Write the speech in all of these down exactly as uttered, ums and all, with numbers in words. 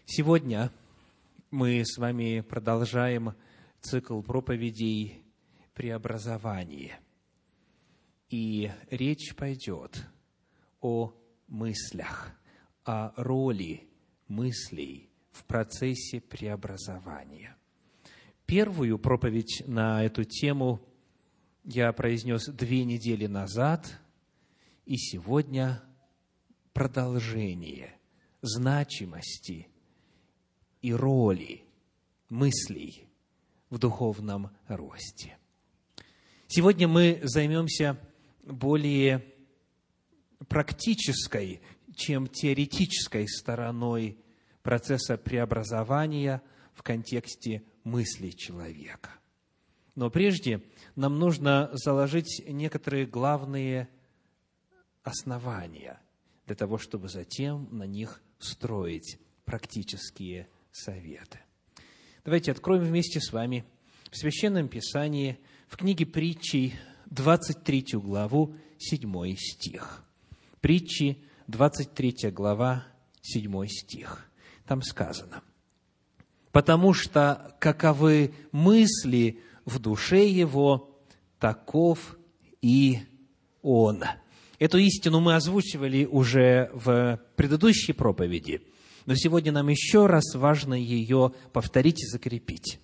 Сегодня мы с вами продолжаем цикл проповедей «Преобразование». И речь пойдет о мыслях, о роли мыслей в процессе преобразования. Первую проповедь на эту тему я произнес две недели назад, и сегодня продолжение значимости и роли мыслей в духовном росте. Сегодня мы займемся более практической, чем теоретической стороной процесса преобразования в контексте мысли человека. Но прежде нам нужно заложить некоторые главные основания для того, чтобы затем на них строить практические советы. Давайте откроем вместе с вами в Священном Писании, в книге Притчей, двадцать третью главу, седьмой стих. Притчи, двадцать третья глава, седьмой стих. Там сказано: «Потому что каковы мысли в душе его, таков и он». Эту истину мы озвучивали уже в предыдущей проповеди, но сегодня нам еще раз важно ее повторить и закрепить.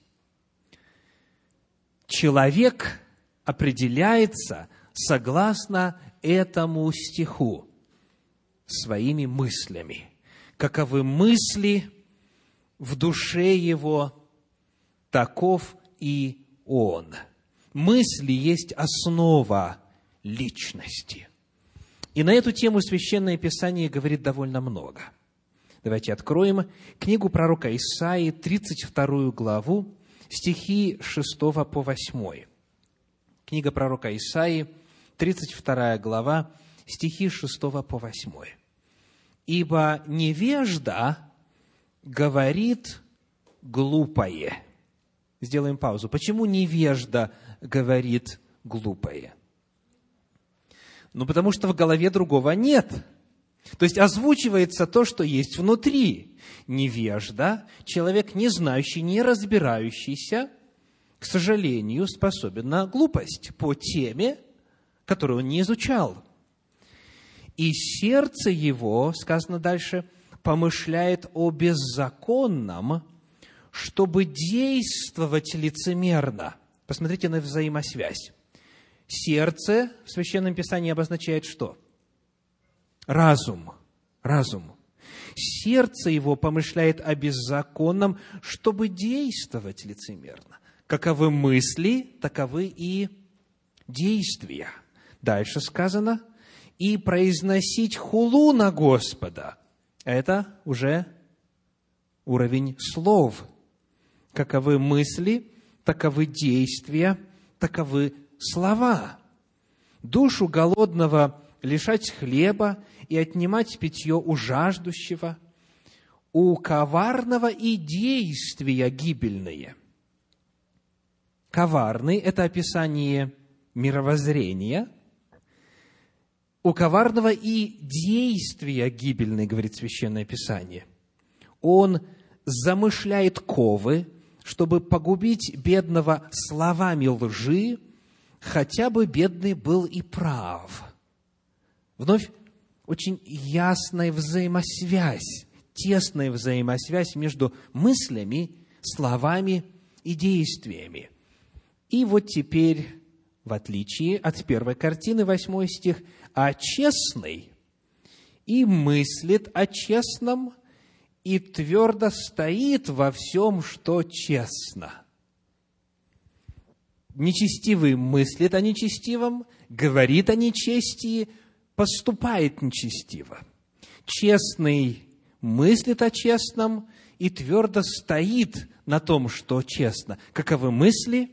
Человек определяется согласно этому стиху своими мыслями. Каковы мысли в душе его, таков и он. Мысли есть основа личности. И на эту тему Священное Писание говорит довольно много. Давайте откроем книгу пророка Исаии, тридцать вторую главу, стихи с шестого по восьмой. Книга пророка Исаии, тридцать вторая глава, стихи с шестого по восьмой. «Ибо невежда говорит глупое». Сделаем паузу. Почему невежда говорит глупое? Ну, потому что в голове другого нет. То есть озвучивается то, что есть внутри. Невежда, человек не знающий, не разбирающийся, к сожалению, способен на глупость по теме, которую он не изучал. И сердце его, сказано дальше, помышляет о беззаконном, чтобы действовать лицемерно. Посмотрите на взаимосвязь. Сердце в Священном Писании обозначает что? Разум. Разум. Сердце его помышляет о беззаконном, чтобы действовать лицемерно. Каковы мысли, таковы и действия. Дальше сказано: и произносить хулу на Господа. Это уже уровень слов. Каковы мысли, таковы действия, таковы слова. Душу голодного лишать хлеба и отнимать питье у жаждущего, у коварного и действия гибельные. Коварный – это описание мировоззрения. У коварного и действия гибельные, говорит Священное Писание. Он замышляет ковы, чтобы погубить бедного словами лжи, хотя бы бедный был и прав. Вновь очень ясная взаимосвязь, тесная взаимосвязь между мыслями, словами и действиями. И вот теперь, в отличие от первой картины, восьмой стих, «А честный и мыслит о честном, и твердо стоит во всем, что честно». Нечестивый мыслит о нечестивом, говорит о нечестии, поступает нечестиво. Честный мыслит о честном и твердо стоит на том, что честно. Каковы мысли,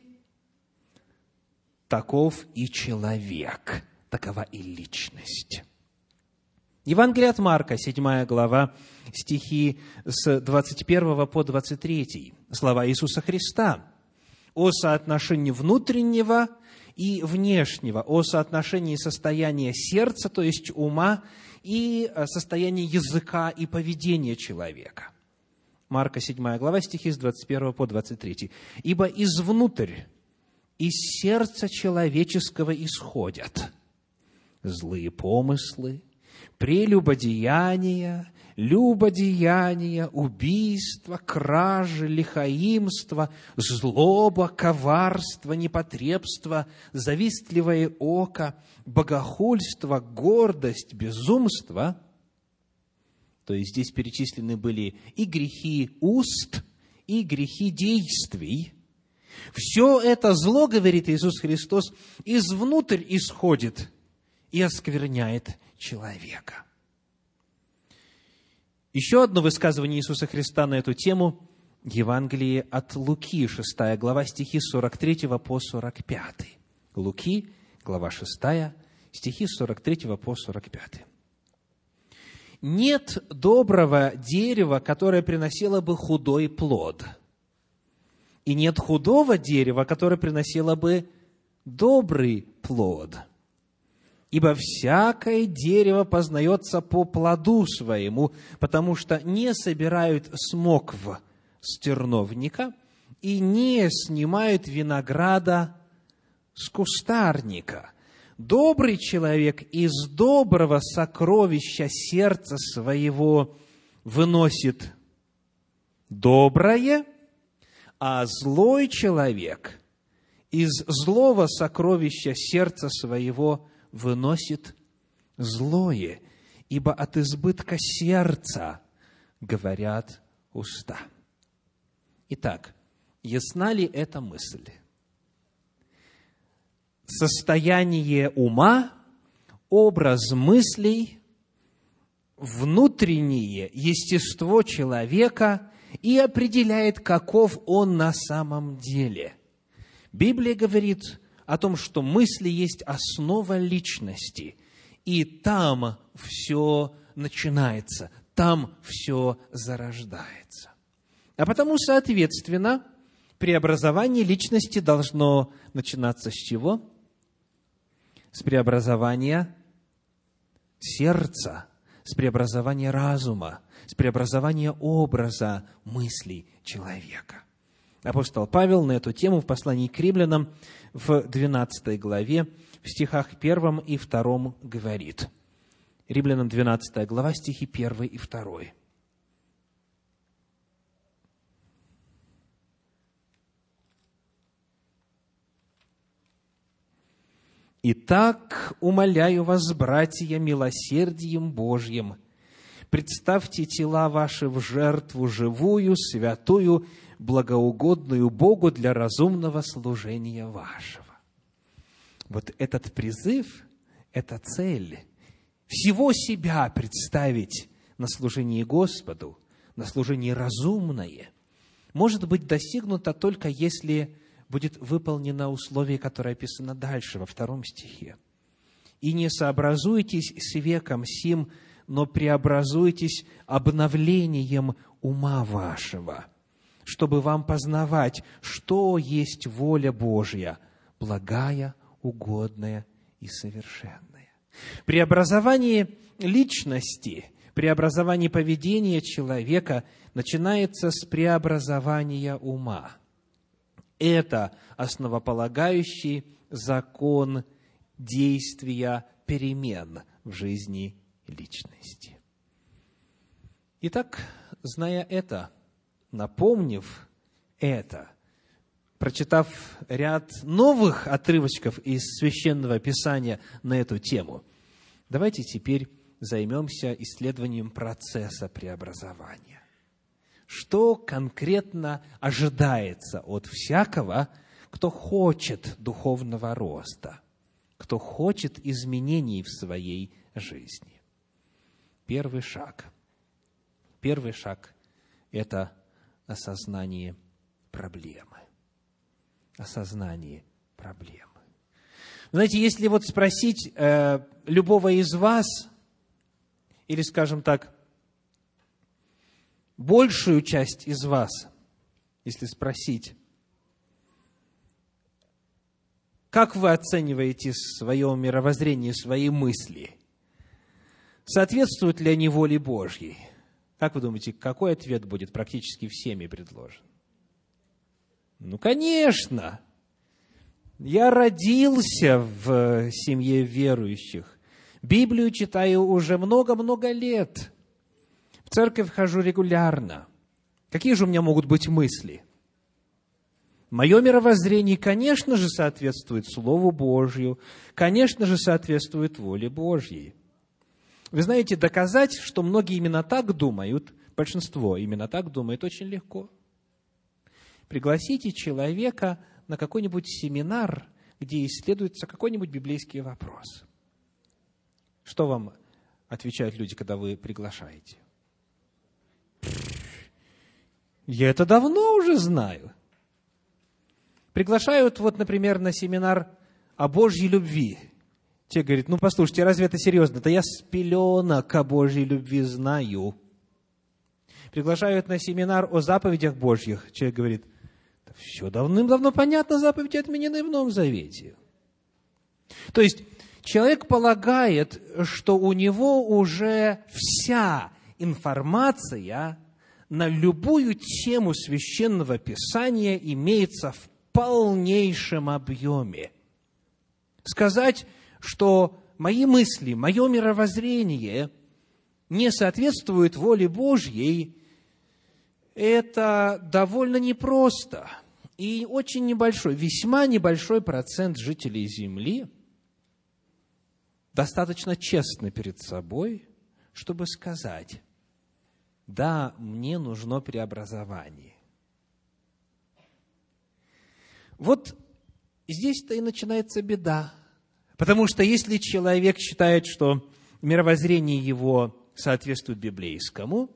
таков и человек, такова и личность. Евангелие от Марка, седьмая глава, стихи с двадцать первого по двадцать третий. Слова Иисуса Христа о соотношении внутреннего и внешнего, о соотношении состояния сердца, то есть ума, и состоянии языка и поведения человека. Марка седьмая глава, стихи с двадцать первого по двадцать третий. «Ибо извнутрь, из сердца человеческого исходят злые помыслы, прелюбодеяния, любодеяния, убийства, кражи, лихаимство, злоба, коварство, непотребство, завистливое око, богохульство, гордость, безумство». То есть здесь перечислены были и грехи уст, и грехи действий. Все это зло, говорит Иисус Христос, извнутрь исходит и оскверняет человека. Еще одно высказывание Иисуса Христа на эту тему – Евангелие от Луки, шестая глава, стихи с сорок третьего по сорок пятый. Луки, глава шестая, стихи с сорок третьего по сорок пятый. «Нет доброго дерева, которое приносило бы худой плод, и нет худого дерева, которое приносило бы добрый плод. Ибо всякое дерево познается по плоду своему, потому что не собирают смокв с терновника и не снимают винограда с кустарника. Добрый человек из доброго сокровища сердца своего выносит доброе, а злой человек из злого сокровища сердца своего выносит злое, ибо от избытка сердца говорят уста». Итак, ясна ли эта мысль? Состояние ума, образ мыслей, внутреннее естество человека и определяет, каков он на самом деле. Библия говорит о том, что мысли есть основа личности, и там все начинается, там все зарождается. А потому, соответственно, преобразование личности должно начинаться с чего? С преобразования сердца, с преобразования разума, с преобразования образа мыслей человека. Апостол Павел на эту тему в послании к римлянам в двенадцатой главе, в стихах первом и втором говорит. Римлянам двенадцатая глава, стихи первый и второй. «Итак, умоляю вас, братья, милосердием Божьим, представьте тела ваши в жертву живую, святую, благоугодную Богу для разумного служения вашего». Вот этот призыв, эта цель, всего себя представить на служении Господу, на служении разумное, может быть достигнуто только если будет выполнено условие, которое описано дальше, во втором стихе. «И не сообразуйтесь с веком сим, но преобразуйтесь обновлением ума вашего, чтобы вам познавать, что есть воля Божья, благая, угодная и совершенная». Преобразование личности, преобразование поведения человека начинается с преобразования ума. Это основополагающий закон действия перемен в жизни личности. Итак, зная это, напомнив это, прочитав ряд новых отрывочков из Священного Писания на эту тему, давайте теперь займемся исследованием процесса преобразования. Что конкретно ожидается от всякого, кто хочет духовного роста, кто хочет изменений в своей жизни? Первый шаг. Первый шаг – это осознание проблемы. Осознание проблемы. Знаете, если вот спросить э, любого из вас, или, скажем так, большую часть из вас, если спросить, как вы оцениваете свое мировоззрение, свои мысли? Соответствуют ли они воле Божьей? Как вы думаете, какой ответ будет практически всеми предложен? Ну, конечно! Я родился в семье верующих. Библию читаю уже много-много лет. В церковь хожу регулярно. Какие же у меня могут быть мысли? Мое мировоззрение, конечно же, соответствует Слову Божью, конечно же, соответствует воле Божьей. Вы знаете, доказать, что многие именно так думают, большинство именно так думает, очень легко. Пригласите человека на какой-нибудь семинар, где исследуется какой-нибудь библейский вопрос. Что вам отвечают люди, когда вы приглашаете? Я это давно уже знаю. Приглашают, вот, например, на семинар о Божьей любви. Те говорят, ну, послушайте, разве это серьезно? Да я с пеленок о Божьей любви знаю. Приглашают на семинар о заповедях Божьих. Человек говорит, да все давным-давно понятно, заповеди отменены в Новом Завете. То есть, человек полагает, что у него уже вся информация на любую тему Священного Писания имеется в полнейшем объеме. Сказать, что мои мысли, мое мировоззрение не соответствуют воле Божьей, это довольно непросто. И очень небольшой, весьма небольшой процент жителей Земли достаточно честны перед собой, чтобы сказать, да, мне нужно преобразование. Вот здесь-то и начинается беда. Потому что если человек считает, что мировоззрение его соответствует библейскому,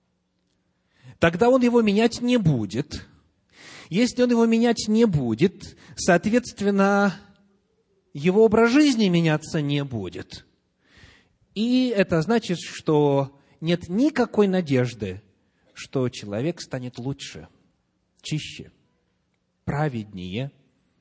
тогда он его менять не будет. Если он его менять не будет, соответственно, его образ жизни меняться не будет. И это значит, что нет никакой надежды, что человек станет лучше, чище, праведнее,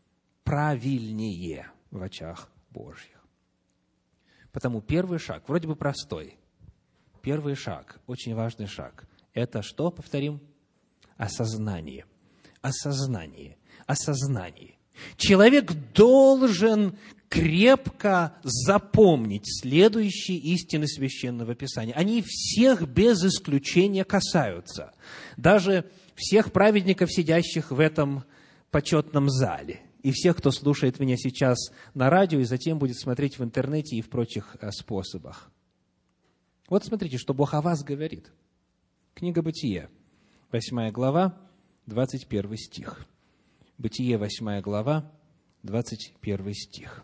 правильнее в очах Божьих. Потому первый шаг, вроде бы простой, первый шаг, очень важный шаг, это что, повторим? Осознание. Осознание. Осознание. Человек должен крепко запомнить следующие истины Священного Писания. Они всех без исключения касаются. Даже всех праведников, сидящих в этом почетном зале. И всех, кто слушает меня сейчас на радио и затем будет смотреть в интернете и в прочих способах. Вот смотрите, что Бог о вас говорит. Книга Бытие, восьмая глава, двадцать первый стих. Бытие, восьмая глава, двадцать первый стих.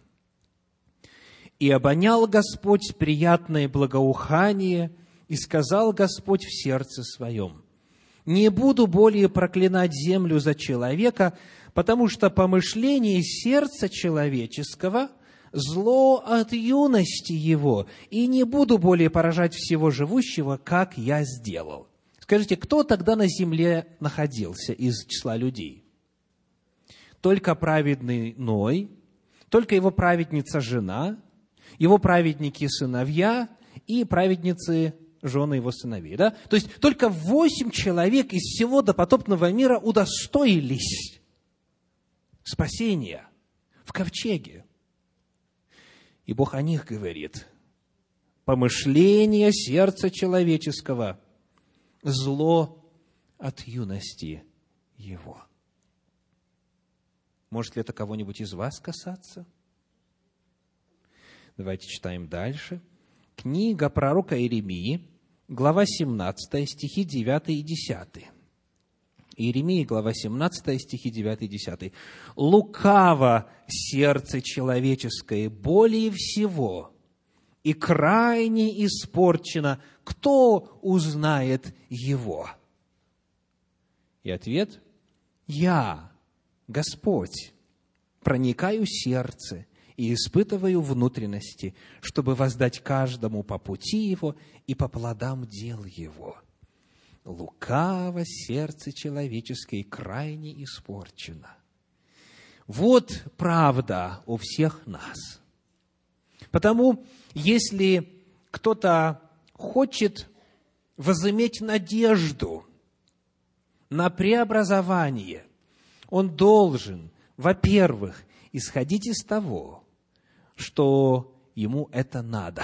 «И обонял Господь приятное благоухание, и сказал Господь в сердце своем: не буду более проклинать землю за человека, потому что помышление сердца человеческого зло от юности его, и не буду более поражать всего живущего, как я сделал». Скажите, кто тогда на земле находился из числа людей? Только праведный Ной, только его праведница жена, его праведники сыновья и праведницы жены его сыновей. Да? То есть только восемь человек из всего допотопного мира удостоились спасения в ковчеге. И Бог о них говорит: помышление сердца человеческого зло от юности его. Может ли это кого-нибудь из вас касаться? Давайте читаем дальше. Книга пророка Иеремии, глава семнадцатая, стихи девятый и десятый. Иеремия, глава семнадцатая, стихи девятый и десятый. «Лукаво сердце человеческое более всего, и крайне испорчено, кто узнает его?» И ответ: «Я, Господь, проникаю в сердце и испытываю внутренности, чтобы воздать каждому по пути его и по плодам дел его. Лукаво сердце человеческое крайне испорчено». Вот правда у всех нас. Потому, если кто-то хочет возыметь надежду на преобразование, он должен, во-первых, исходить из того, что ему это надо,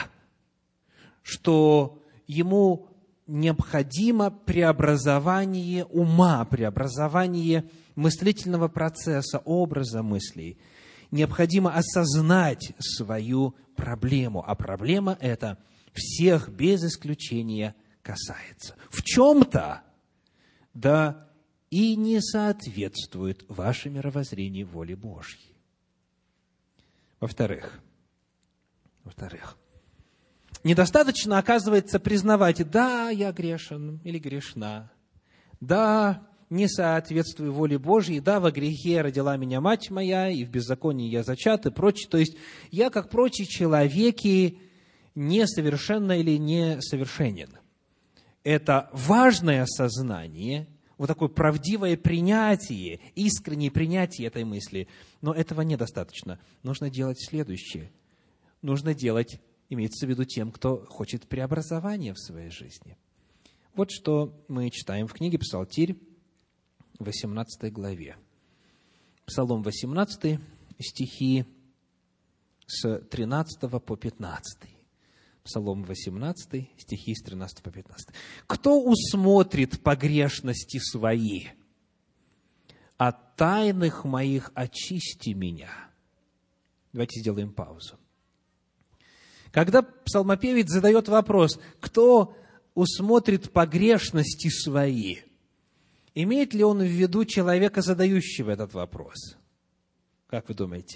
что ему необходимо преобразование ума, преобразование мыслительного процесса, образа мыслей. Необходимо осознать свою проблему, а проблема эта всех без исключения касается. В чем-то, да, и не соответствует ваше мировоззрению воле Божьей. Во-вторых, во-вторых, недостаточно, оказывается, признавать: да, я грешен или грешна, да, не соответствую воле Божьей, да, во грехе родила меня мать моя, и в беззаконии я зачат, и прочее. То есть я, как прочие человеки, несовершенно или несовершенен. Это важное осознание, вот такое правдивое принятие, искреннее принятие этой мысли. Но этого недостаточно. Нужно делать следующее. Нужно делать, имеется в виду тем, кто хочет преобразования в своей жизни. Вот что мы читаем в книге «Псалтирь», в восемнадцатой главе. Псалом восемнадцатый, стихи с тринадцатого по пятнадцатый. Псалом восемнадцатый, стихи с тринадцатого по пятнадцатый. «Кто усмотрит погрешности свои? От тайных моих очисти меня». Давайте сделаем паузу. Когда псалмопевец задает вопрос: кто усмотрит погрешности свои, имеет ли он в виду человека, задающего этот вопрос? Как вы думаете?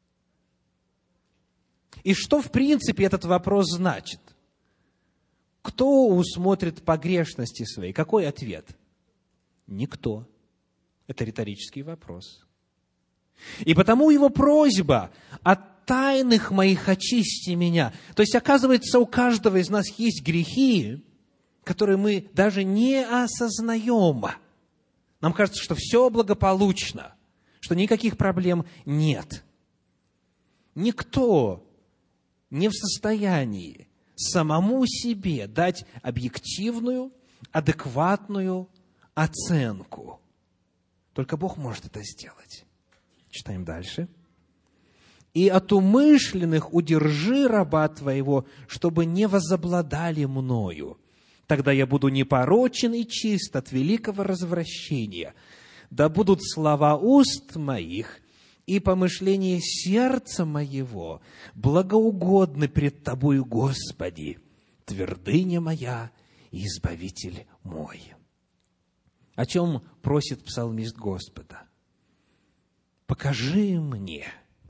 И что, в принципе, этот вопрос значит? Кто усмотрит погрешности свои? Какой ответ? Никто. Это риторический вопрос. И потому его просьба: от тайных моих очисти меня. То есть, оказывается, у каждого из нас есть грехи, которые мы даже не осознаем. Нам кажется, что все благополучно, что никаких проблем нет. Никто не в состоянии самому себе дать объективную, адекватную оценку. Только Бог может это сделать. Читаем дальше. «И от умышленных удержи раба твоего, чтобы не возобладали мною. Тогда я буду непорочен и чист от великого развращения. Да будут слова уст моих и помышления сердца моего благоугодны пред Тобою, Господи, твердыня моя и избавитель мой». О чем просит псалмист Господа? Покажи мне,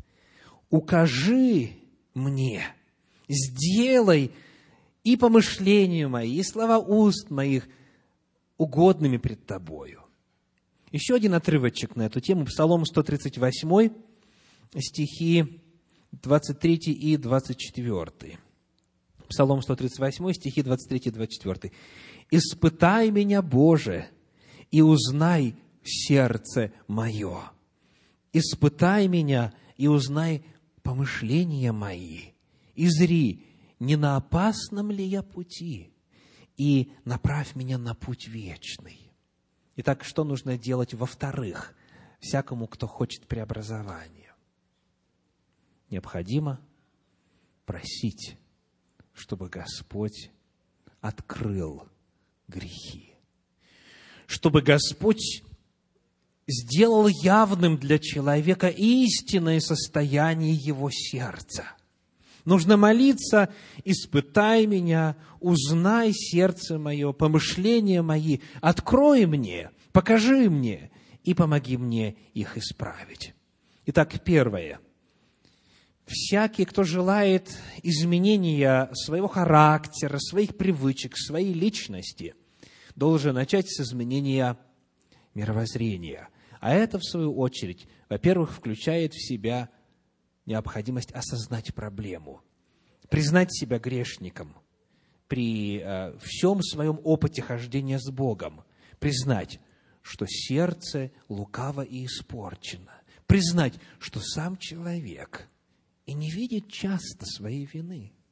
укажи мне, сделай и помышления мои, и слова уст моих угодными пред Тобою. Еще один отрывочек на эту тему. Псалом сто тридцать восемь, стихи двадцать три и двадцать четыре. Псалом сто тридцать восемь, стихи двадцать три и двадцать четыре. «Испытай меня, Боже, и узнай сердце мое. Испытай меня и узнай помышления мои. И зри, не на опасном ли я пути, и направь меня на путь вечный». Итак, что нужно делать во-вторых всякому, кто хочет преобразования? Необходимо просить, чтобы Господь открыл грехи, чтобы Господь сделал явным для человека истинное состояние его сердца. Нужно молиться: испытай меня, узнай сердце мое, помышления мои, открой мне, покажи мне и помоги мне их исправить. Итак, первое. Всякий, кто желает изменения своего характера, своих привычек, своей личности, должен начать с изменения мировоззрения. А это, в свою очередь, во-первых, включает в себя необходимость осознать проблему, признать себя грешником при э, всем своем опыте хождения с Богом, признать, что сердце лукаво и испорчено, признать, что сам человек и не видит часто своей вины,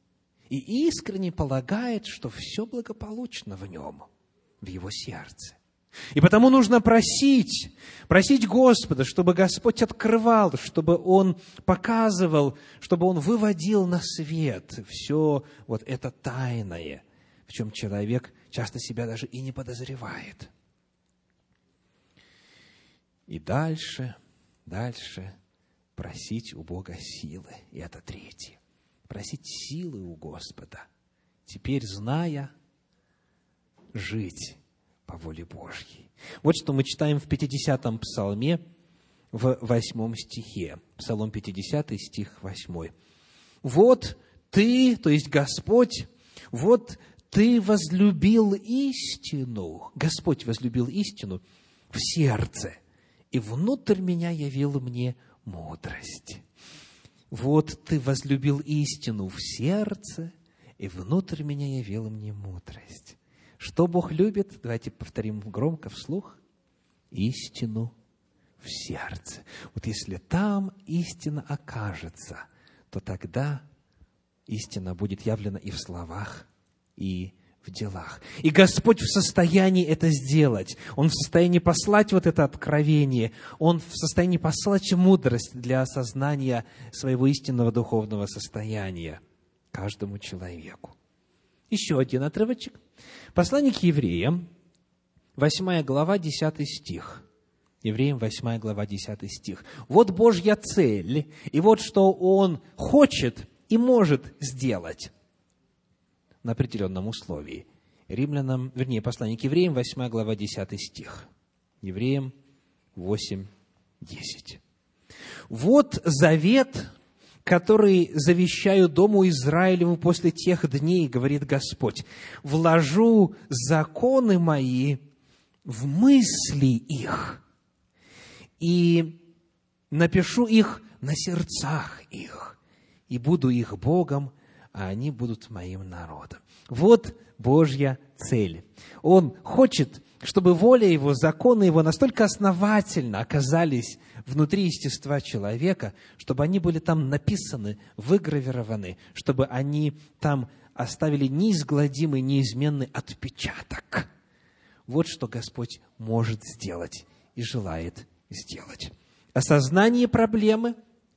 и искренне полагает, что все благополучно в нем, в его сердце. И потому нужно просить, просить Господа, чтобы Господь открывал, чтобы Он показывал, чтобы Он выводил на свет все вот это тайное, в чем человек часто себя даже и не подозревает. И дальше, дальше просить у Бога силы. И это третье. Просить силы у Господа. Теперь, зная, жить по воле Божьей. Вот что мы читаем в пятидесятом псалме, в восьмом стихе. Псалом пятидесятый, стих восьмой. «Вот Ты, то есть Господь, вот Ты возлюбил истину». Господь возлюбил истину в сердце, и внутрь меня явил мне мудрость. Вот Ты возлюбил истину в сердце, и внутрь меня явил мне мудрость. Что Бог любит? Давайте повторим громко вслух. Истину в сердце. Вот если там истина окажется, то тогда истина будет явлена и в словах, и в делах. И Господь в состоянии это сделать. Он в состоянии послать вот это откровение. Он в состоянии послать мудрость для осознания своего истинного духовного состояния каждому человеку. Еще один отрывочек. Послание к евреям, восьмая глава, десятый стих. Евреям, восьмая глава, десятый стих. Вот Божья цель, и вот что Он хочет и может сделать на определенном условии. Римлянам, вернее, послание к евреям, восьмая глава, десятый стих. Евреям восемь, десять. Вот завет, который завещаю дому Израилеву после тех дней, говорит Господь, вложу законы мои в мысли их и напишу их на сердцах их, и буду их Богом, а они будут моим народом. Вот Божья цель. Он хочет, чтобы воля Его, законы Его настолько основательно оказались внутри естества человека, чтобы они были там написаны, выгравированы, чтобы они там оставили неизгладимый, неизменный отпечаток. Вот что Господь может сделать и желает сделать. Осознание проблемы,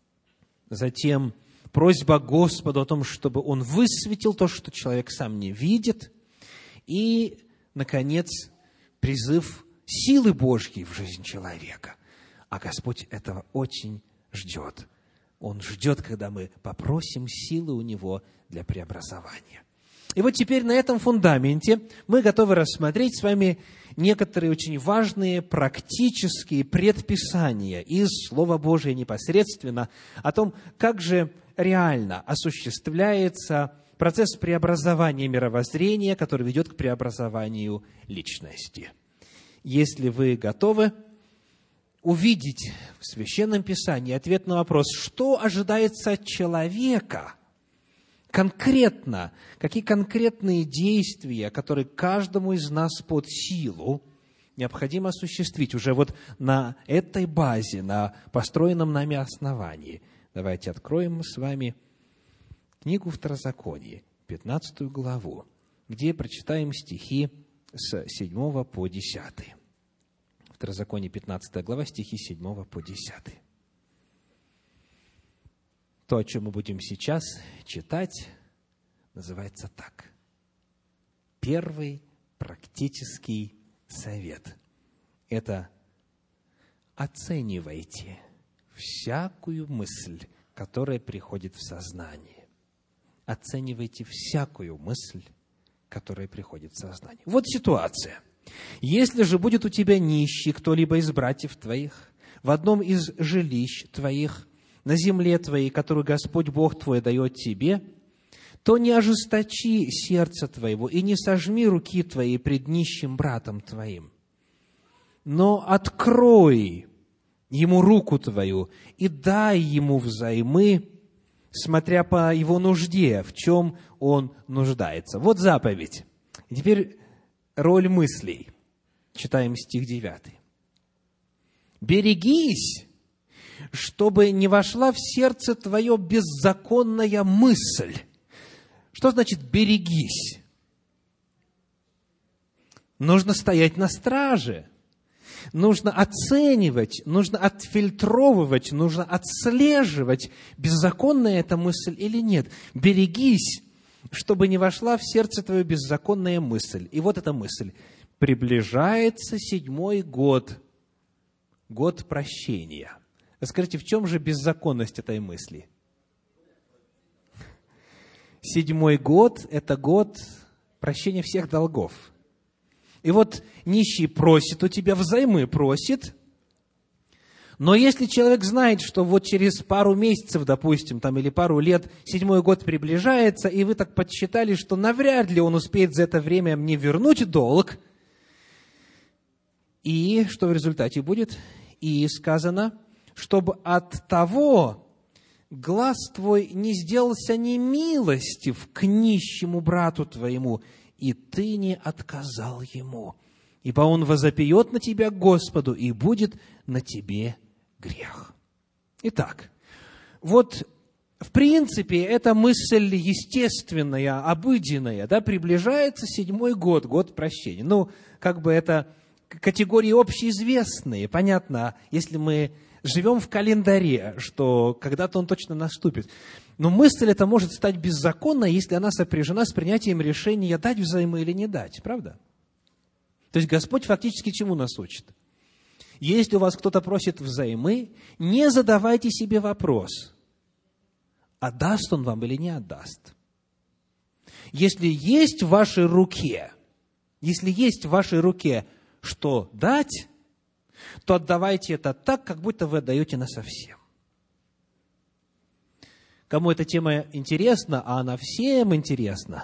затем просьба Господу о том, чтобы Он высветил то, что человек сам не видит, и, наконец, призыв силы Божьей в жизнь человека. А Господь этого очень ждет. Он ждет, когда мы попросим силы у Него для преобразования. И вот теперь на этом фундаменте мы готовы рассмотреть с вами некоторые очень важные практические предписания из Слова Божия непосредственно о том, как же реально осуществляется процесс преобразования мировоззрения, который ведет к преобразованию личности. Если вы готовы увидеть в Священном Писании ответ на вопрос, что ожидается от человека конкретно, какие конкретные действия, которые каждому из нас под силу, необходимо осуществить уже вот на этой базе, на построенном нами основании. Давайте откроем мы с вами книгу Второзакония, пятнадцатую главу, где прочитаем стихи с седьмого по десятый. Второзаконие, пятнадцатая глава, стихи с седьмого по десятый. То, о чем мы будем сейчас читать, называется так. Первый практический совет. Это оценивайте всякую мысль, которая приходит в сознание. Оценивайте всякую мысль, которая приходит в сознание. Вот ситуация. Если же будет у тебя нищий кто-либо из братьев твоих в одном из жилищ твоих, на земле твоей, которую Господь Бог твой дает тебе, то не ожесточи сердце твоего и не сожми руки твои пред нищим братом твоим, но открой ему руку твою и дай ему взаймы, смотря по его нужде, в чем он нуждается. Вот заповедь. И теперь роль мыслей. Читаем стих девятый. «Берегись, чтобы не вошла в сердце твое беззаконная мысль». Что значит «берегись»? Нужно стоять на страже. Нужно оценивать, нужно отфильтровывать, нужно отслеживать, беззаконная эта мысль или нет. Берегись, чтобы не вошла в сердце твое беззаконная мысль. И вот эта мысль. Приближается седьмой год, год прощения. Скажите, в чем же беззаконность этой мысли? Седьмой год – это год прощения всех долгов. И вот нищий просит у тебя, взаймы просит, но если человек знает, что вот через пару месяцев, допустим, там, или пару лет седьмой год приближается, и вы так подсчитали, что навряд ли он успеет за это время мне вернуть долг, и что в результате будет? И сказано, чтобы от того глаз твой не сделался немилостив к нищему брату твоему, и ты не отказал ему, ибо он возопьет на тебя к Господу, и будет на тебе грех. Итак, вот в принципе эта мысль естественная, обыденная, да, приближается седьмой год, год прощения. Ну, как бы это категории общеизвестные, понятно, если мы живем в календаре, что когда-то он точно наступит. Но мысль эта может стать беззаконной, если она сопряжена с принятием решения дать взаймы или не дать, правда? То есть Господь фактически чему нас учит? Если у вас кто-то просит взаймы, не задавайте себе вопрос, отдаст он вам или не отдаст. Если есть в вашей руке, если есть в вашей руке что дать, то отдавайте это так, как будто вы отдаете насовсем. Кому эта тема интересна, а она всем интересна,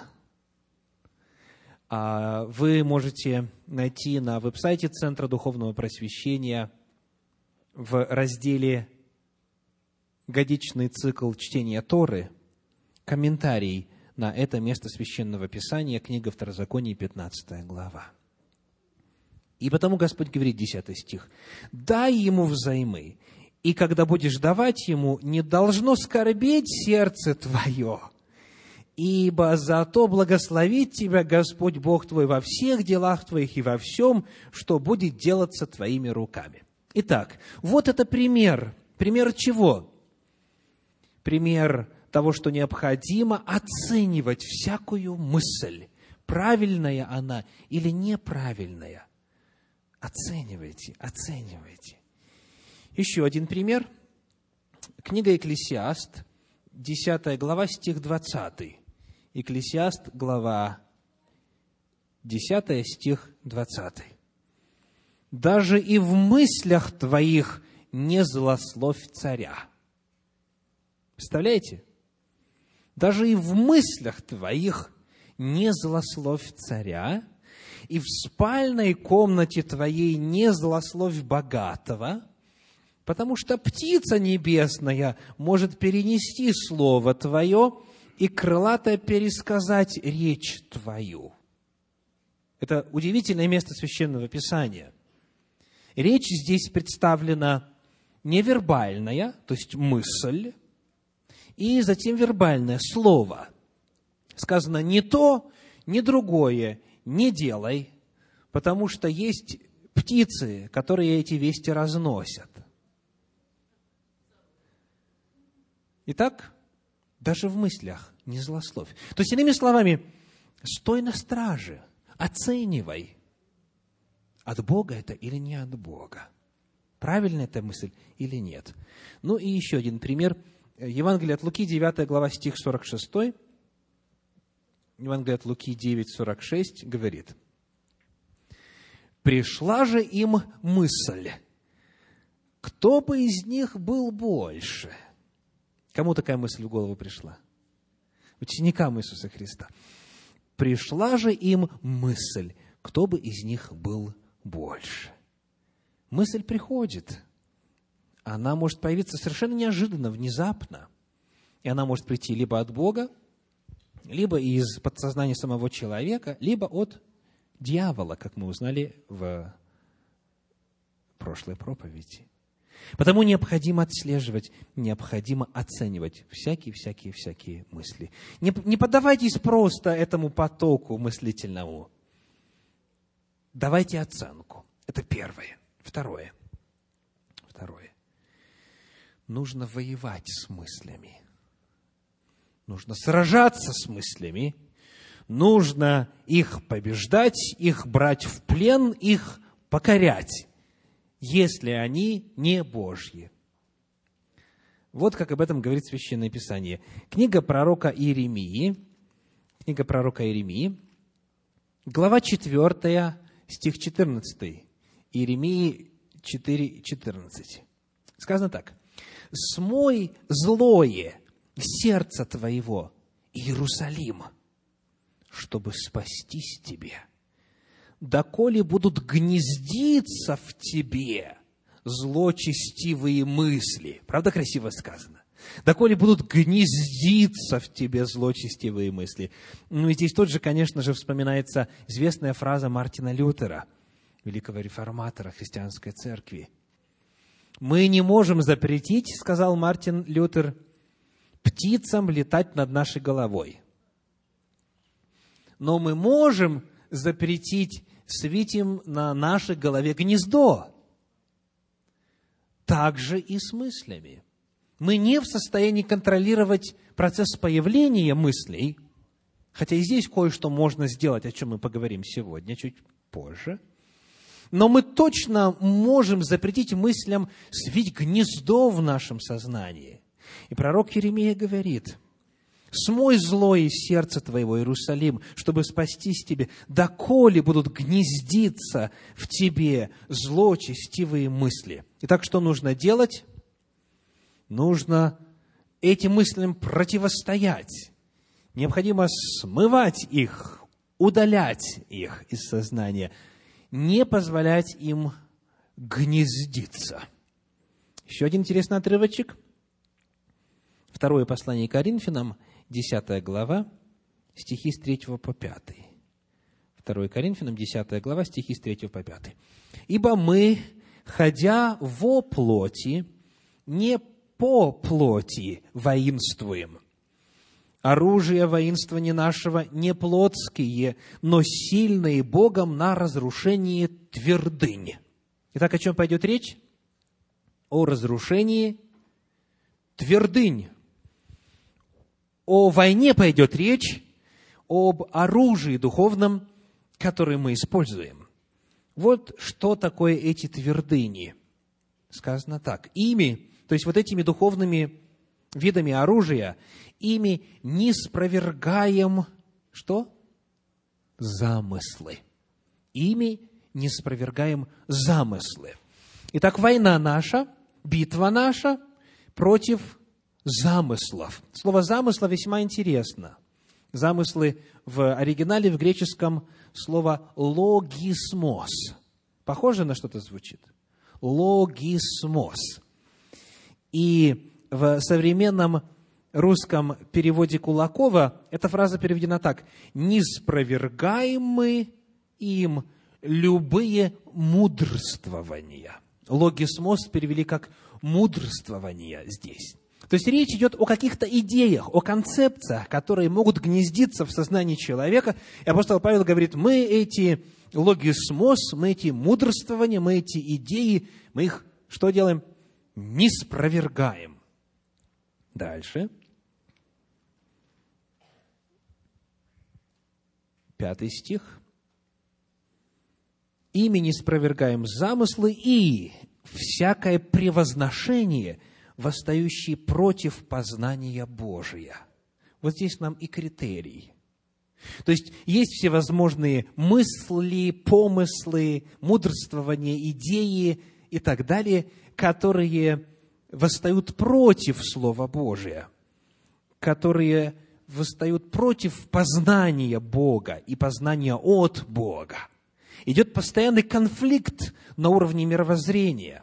вы можете найти на веб-сайте Центра Духовного Просвещения в разделе «Годичный цикл чтения Торы» комментарий на это место Священного Писания, книга Второзакония, пятнадцатая глава. И потому Господь говорит, десятый стих, «Дай ему взаймы, и когда будешь давать ему, не должно скорбеть сердце твое, ибо зато благословит тебя Господь Бог твой во всех делах твоих и во всем, что будет делаться твоими руками». Итак, вот это пример. Пример чего? Пример того, что необходимо оценивать всякую мысль, правильная она или неправильная. Оценивайте, оценивайте. Еще один пример. Книга Екклесиаст, десятая глава, стих двадцатый. Екклесиаст, глава десятая, стих двадцатый. «Даже и в мыслях твоих не злословь царя». Представляете? Даже и в мыслях твоих не злословь царя, и в спальной комнате твоей не злословь богатого, потому что птица небесная может перенести слово твое и крылато пересказать речь твою. Это удивительное место Священного Писания. Речь здесь представлена невербальная, то есть мысль, и затем вербальное слово. Сказано не то, не другое, не делай, потому что есть птицы, которые эти вести разносят. Итак, даже в мыслях не злословь. То есть, иными словами, стой на страже, оценивай, от Бога это или не от Бога. Правильная эта мысль или нет. Ну и еще один пример. Евангелие от Луки, девятая глава, стих сорок шесть. Евангелие от Луки девять, сорок шесть говорит: «Пришла же им мысль, кто бы из них был больше». Кому такая мысль в голову пришла? Ученикам Иисуса Христа. «Пришла же им мысль, кто бы из них был больше». Мысль приходит. Она может появиться совершенно неожиданно, внезапно. И она может прийти либо от Бога, либо из подсознания самого человека, либо от дьявола, как мы узнали в прошлой проповеди. Потому необходимо отслеживать, необходимо оценивать всякие-всякие-всякие мысли. Не, не поддавайтесь просто этому потоку мыслительному. Давайте оценку. Это первое. Второе. Второе. Нужно воевать с мыслями. Нужно сражаться с мыслями. Нужно их побеждать, их брать в плен, их покорять, если они не Божьи. Вот как об этом говорит Священное Писание. Книга пророка Иеремии, книга пророка Иеремии, глава четвёртая, стих четырнадцатый. Иеремии четыре, четырнадцать. Сказано так. «Смой злое сердце твоего, Иерусалим, чтобы спастись тебе. Доколе будут гнездиться в тебе злочестивые мысли». Правда, красиво сказано? Доколе будут гнездиться в тебе злочестивые мысли. Ну и здесь тут же, конечно же, вспоминается известная фраза Мартина Лютера, великого реформатора христианской церкви. «Мы не можем запретить, — сказал Мартин Лютер, — птицам летать над нашей головой. Но мы можем запретить свитим на нашей голове гнездо. Так же и с мыслями. Мы не в состоянии контролировать процесс появления мыслей, хотя и здесь кое-что можно сделать, о чем мы поговорим сегодня, чуть позже. Но мы точно можем запретить мыслям свить гнездо в нашем сознании. И пророк Иеремия говорит: «Смой злое из сердца твоего, Иерусалим, чтобы спастись тебе, доколе будут гнездиться в тебе злочестивые мысли». Итак, что нужно делать? Нужно этим мыслям противостоять. Необходимо смывать их, удалять их из сознания, не позволять им гнездиться. Еще один интересный отрывочек. Второе послание Коринфянам, десятая глава, стихи с третьего по пятый. Второе Коринфянам, десятая глава, стихи с третьего по пятый. «Ибо мы, ходя во плоти, не по плоти воинствуем. Оружие воинствования нашего не плотские, но сильные Богом на разрушение твердынь». Итак, о чем пойдет речь? О разрушении твердынь. О войне пойдет речь, об оружии духовном, которое мы используем. Вот что такое эти твердыни. Сказано так. Ими, то есть вот этими духовными видами оружия, ими не спровергаем, что? Замыслы. Ими не спровергаем замыслы. Итак, война наша, битва наша против замыслов. Слово «замысла» весьма интересно. Замыслы в оригинале, в греческом, слово «логисмос». Похоже на что-то звучит? Логисмос. И в современном русском переводе Кулакова эта фраза переведена так: «Неспровергаемы им любые мудрствования». Логисмос перевели как «мудрствование» здесь. То есть речь идет о каких-то идеях, о концепциях, которые могут гнездиться в сознании человека. И апостол Павел говорит: мы эти логисмос, мы эти мудрствования, мы эти идеи, мы их что делаем? Не спровергаем. Дальше. Пятый стих. «Ими не спровергаем замыслы и всякое превозношение, восстающие против познания Божия». Вот здесь нам и критерий. То есть есть всевозможные мысли, помыслы, мудрствования, идеи и так далее, которые восстают против Слова Божия, которые восстают против познания Бога и познания от Бога. Идет постоянный конфликт на уровне мировоззрения.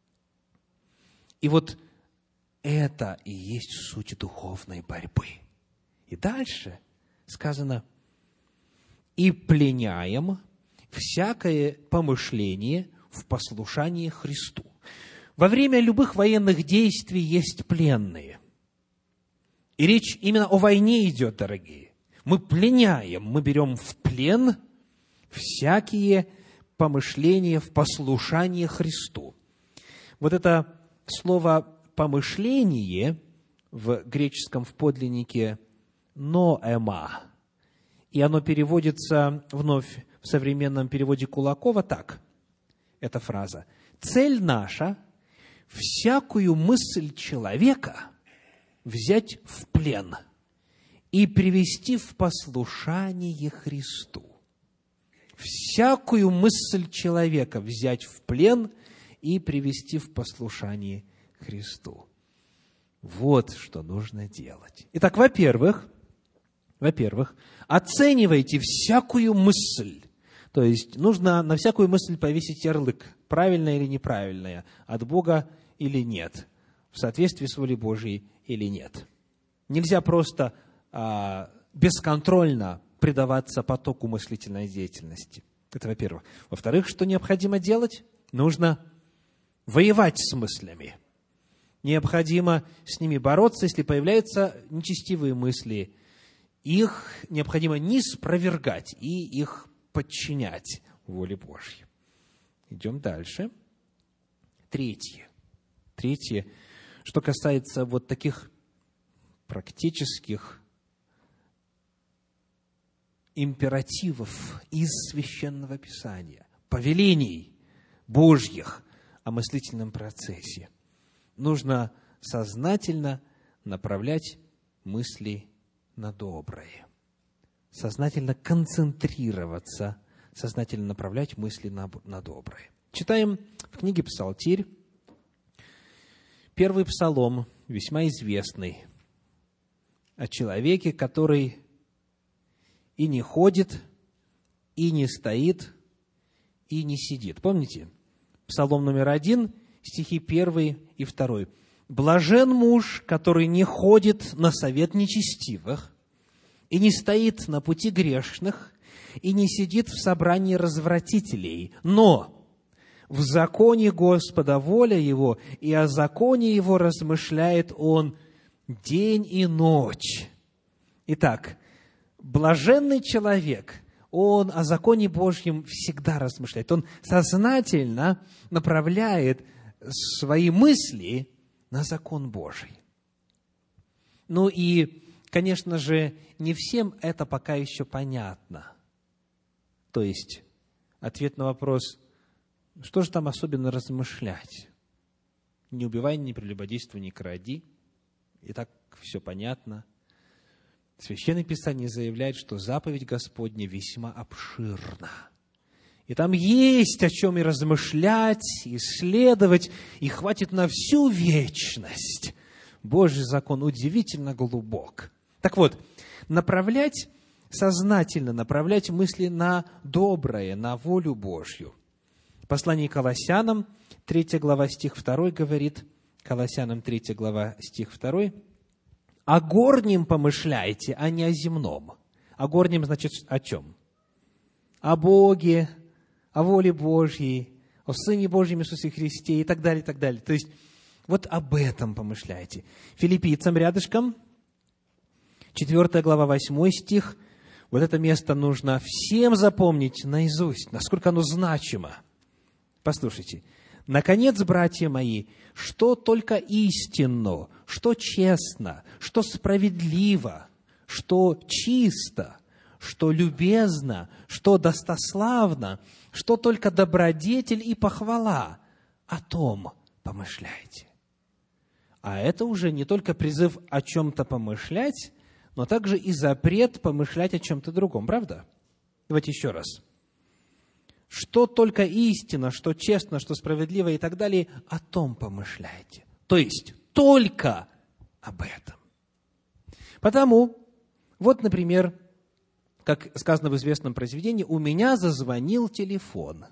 И вот это и есть суть духовной борьбы. И дальше сказано: «И пленяем всякое помышление в послушании Христу». Во время любых военных действий есть пленные. И речь именно о войне идет, дорогие. Мы пленяем, мы берем в плен всякие помышления в послушание Христу. Вот это слово «помышление» в греческом в подлиннике «ноэма», и оно переводится вновь в современном переводе Кулакова так. Эта фраза. «Цель наша – всякую мысль человека взять в плен и привести в послушание Христу». Всякую мысль человека взять в плен и привести в послушание Христу. Вот что нужно делать. Итак, во-первых, во-первых, оценивайте всякую мысль. То есть, нужно на всякую мысль повесить ярлык, правильная или неправильная, от Бога или нет, в соответствии с волей Божией или нет. Нельзя просто а, бесконтрольно предаваться потоку мыслительной деятельности. Это во-первых. Во-вторых, что необходимо делать? Нужно воевать с мыслями. Необходимо с ними бороться, если появляются нечестивые мысли. Их необходимо не спровергать и их подчинять воле Божьей. Идем дальше. Третье. Третье, что касается вот таких практических императивов из Священного Писания, повелений Божьих о мыслительном процессе. Нужно сознательно направлять мысли на доброе. Сознательно концентрироваться, сознательно направлять мысли на, на доброе. Читаем в книге «Псалтирь», первый псалом, весьма известный, о человеке, который и не ходит, и не стоит, и не сидит. Помните? Псалом номер один, стихи первый и второй. «Блажен муж, который не ходит на совет нечестивых, и не стоит на пути грешных, и не сидит в собрании развратителей, но в законе Господа воля его, и о законе его размышляет он день и ночь». Итак, блаженный человек, он о законе Божьем всегда размышляет. Он сознательно направляет свои мысли на закон Божий. Ну и, конечно же, не всем это пока еще понятно. То есть, ответ на вопрос, что же там особенно размышлять? Не убивай, не прелюбодействуй, не кради. И так все понятно. Священное Писание заявляет, что заповедь Господня весьма обширна. И там есть о чем и размышлять, исследовать, и хватит на всю вечность. Божий закон удивительно глубок. Так вот, направлять, сознательно направлять мысли на доброе, на волю Божью. Послание к Колоссянам, третья глава, стих второй говорит, Колоссянам третья глава, стих второй, «О горнем помышляйте, а не о земном». О горнем, значит, о чем? О Боге, о воле Божьей, о Сыне Божьем Иисусе Христе и так далее, и так далее. То есть, вот об этом помышляйте. Филиппийцам рядышком, четвёртая глава, восьмой стих. Вот это место нужно всем запомнить наизусть, насколько оно значимо. Послушайте. «Наконец, братья мои, что только истинно, что честно, что справедливо, что чисто, что любезно, что достославно, что только добродетель и похвала, о том помышляйте». А это уже не только призыв о чем-то помышлять, но также и запрет помышлять о чем-то другом, правда? Давайте еще раз. Что только истина, что честно, что справедливо и так далее, о том помышляйте. То есть, только об этом. Потому, вот, например, как сказано в известном произведении, «У меня зазвонил телефон».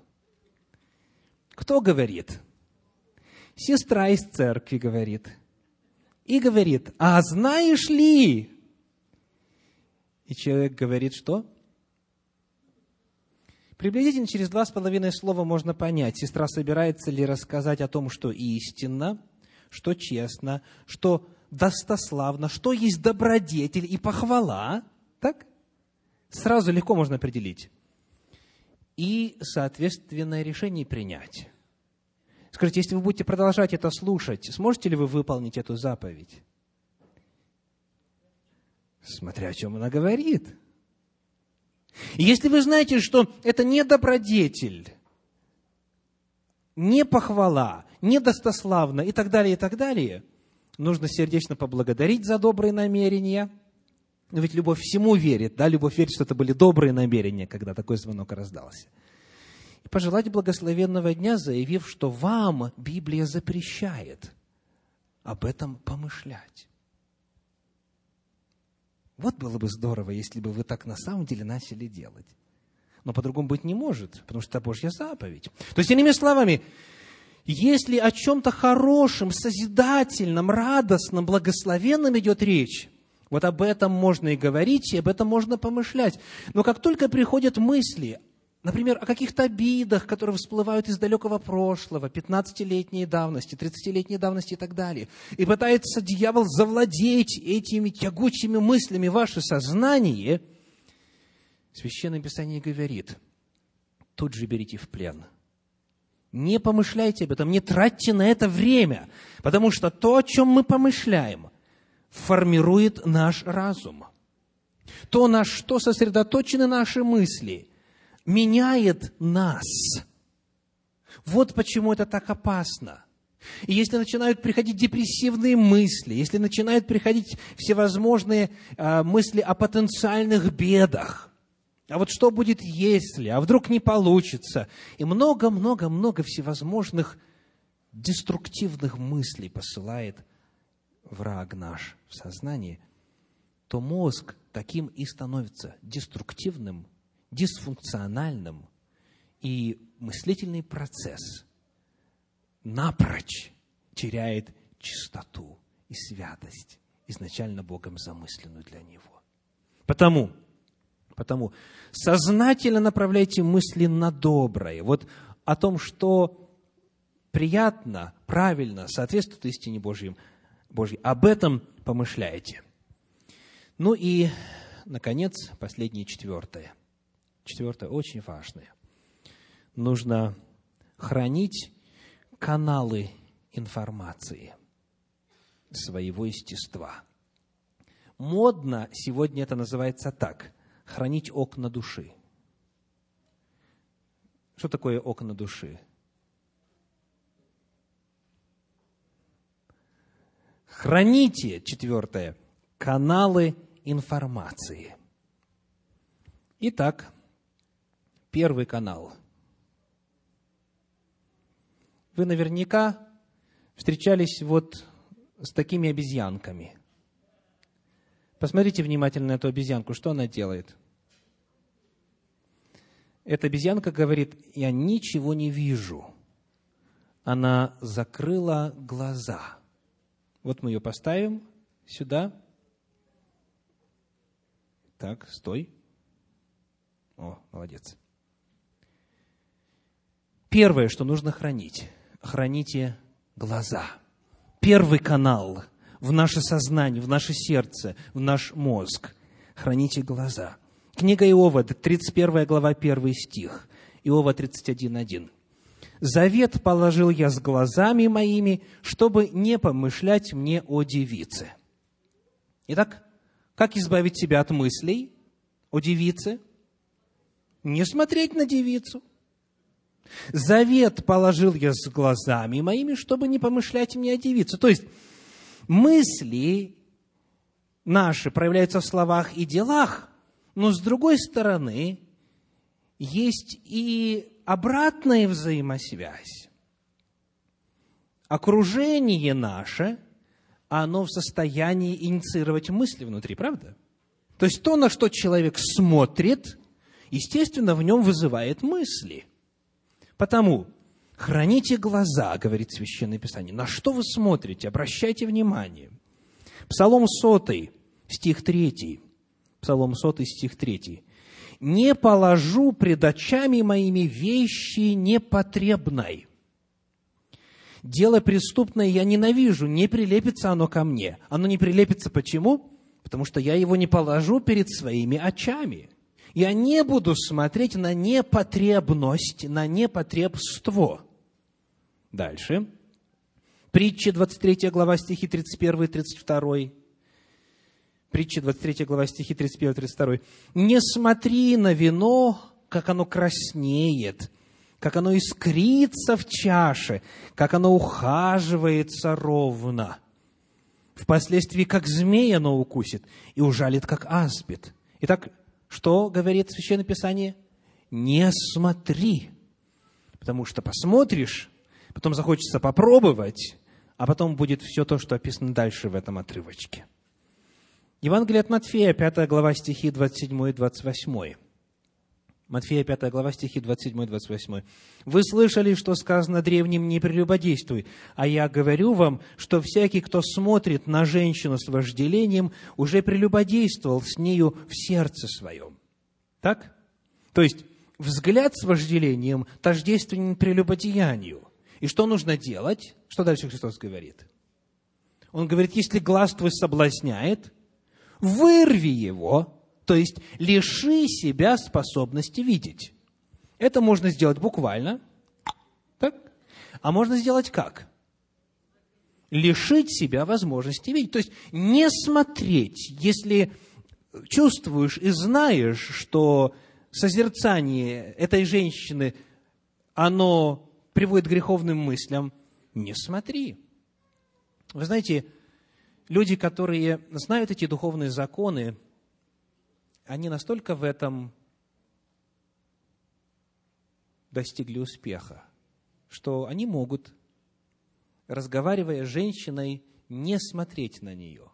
Кто говорит? Сестра из церкви говорит. И говорит, а знаешь ли? И человек говорит, что? Приблизительно через два с половиной слова можно понять, сестра собирается ли рассказать о том, что истинно, что честно, что достославно, что есть добродетель и похвала. Так? Сразу легко можно определить. И, соответственно, решение принять. Скажите, если вы будете продолжать это слушать, сможете ли вы выполнить эту заповедь? Смотря о чем она говорит. И если вы знаете, что это не добродетель, не похвала, не достославно и так далее, и так далее, нужно сердечно поблагодарить за добрые намерения. Но ведь любовь всему верит, да? Любовь верит, что это были добрые намерения, когда такой звонок раздался. И пожелать благословенного дня, заявив, что вам Библия запрещает об этом помышлять. Вот было бы здорово, если бы вы так на самом деле начали делать. Но по-другому быть не может, потому что это Божья заповедь. То есть, иными словами, если о чем-то хорошем, созидательном, радостном, благословенном идет речь, вот об этом можно и говорить, и об этом можно помышлять. Но как только приходят мысли, например, о каких-то обидах, которые всплывают из далекого прошлого, пятнадцатилетней давности, тридцатилетней давности и так далее, и пытается дьявол завладеть этими тягучими мыслями ваше сознание, Священное Писание говорит, тут же берите в плен. Не помышляйте об этом, не тратьте на это время, потому что то, о чем мы помышляем, формирует наш разум. То, на что сосредоточены наши мысли, меняет нас. Вот почему это так опасно. И если начинают приходить депрессивные мысли, если начинают приходить всевозможные э, мысли о потенциальных бедах, а вот что будет, если, а вдруг не получится, и много-много-много всевозможных деструктивных мыслей посылает враг наш в сознание, то мозг таким и становится деструктивным, дисфункциональным, и мыслительный процесс напрочь теряет чистоту и святость, изначально Богом замысленную для него. Потому, потому сознательно направляйте мысли на доброе, вот о том, что приятно, правильно, соответствует истине Божьей, Божьей. Об этом помышляйте. Ну и, наконец, последнее, четвертое. Четвертое, очень важное. Нужно хранить каналы информации своего естества. Модно сегодня это называется так – хранить окна души. Что такое окна души? Храните, четвертое, каналы информации. Итак, первый канал. Вы наверняка встречались вот с такими обезьянками. Посмотрите внимательно на эту обезьянку, что она делает. Эта обезьянка говорит: я ничего не вижу. Она закрыла глаза. Вот мы ее поставим сюда. Так, стой. О, молодец. Первое, что нужно хранить. Храните глаза. Первый канал в наше сознание, в наше сердце, в наш мозг. Храните глаза. Книга Иова, тридцать первая глава, первый стих. Иова тридцать один, один. «Завет положил я с глазами моими, чтобы не помышлять мне о девице». Итак, как избавить себя от мыслей о девице? Не смотреть на девицу. «Завет положил я с глазами моими, чтобы не помышлять мне о девице». То есть, мысли наши проявляются в словах и делах, но с другой стороны, есть и обратная взаимосвязь. Окружение наше, оно в состоянии инициировать мысли внутри, правда? То есть, то, на что человек смотрит, естественно, в нем вызывает мысли. Потому храните глаза, говорит Священное Писание. На что вы смотрите? Обращайте внимание. Псалом сотый, стих третий. Псалом сотый, стих третий. не положу пред очами моими вещи непотребной. Дело преступное я ненавижу, не прилепится оно ко мне. Оно не прилепится почему? Потому что я его не положу перед своими очами. Я не буду смотреть на непотребность, на непотребство. Дальше. Притча, двадцать третья глава, стихи тридцать один и тридцать два. Притча, двадцать третья глава, стихи тридцать один и тридцать два. «Не смотри на вино, как оно краснеет, как оно искрится в чаше, как оно ухаживается ровно. Впоследствии, как змей оно укусит и ужалит, как аспид». Итак, что говорит Священное Писание? Не смотри, потому что посмотришь, потом захочется попробовать, а потом будет все то, что описано дальше в этом отрывочке. Евангелие от Матфея, пятая глава, стихи двадцать семь и двадцать восемь. Матфея, пятая глава, стихи двадцать семь и двадцать восемь. «Вы слышали, что сказано древним: не прелюбодействуй, а я говорю вам, что всякий, кто смотрит на женщину с вожделением, уже прелюбодействовал с нею в сердце своем». Так? То есть, взгляд с вожделением тождественен прелюбодеянию. И что нужно делать? Что дальше Христос говорит? Он говорит, если глаз твой соблазняет, вырви его, то есть лиши себя способности видеть. Это можно сделать буквально, так? А можно сделать как? Лишить себя возможности видеть. То есть не смотреть, если чувствуешь и знаешь, что созерцание этой женщины, оно приводит к греховным мыслям, не смотри. Вы знаете, люди, которые знают эти духовные законы, они настолько в этом достигли успеха, что они могут, разговаривая с женщиной, не смотреть на нее.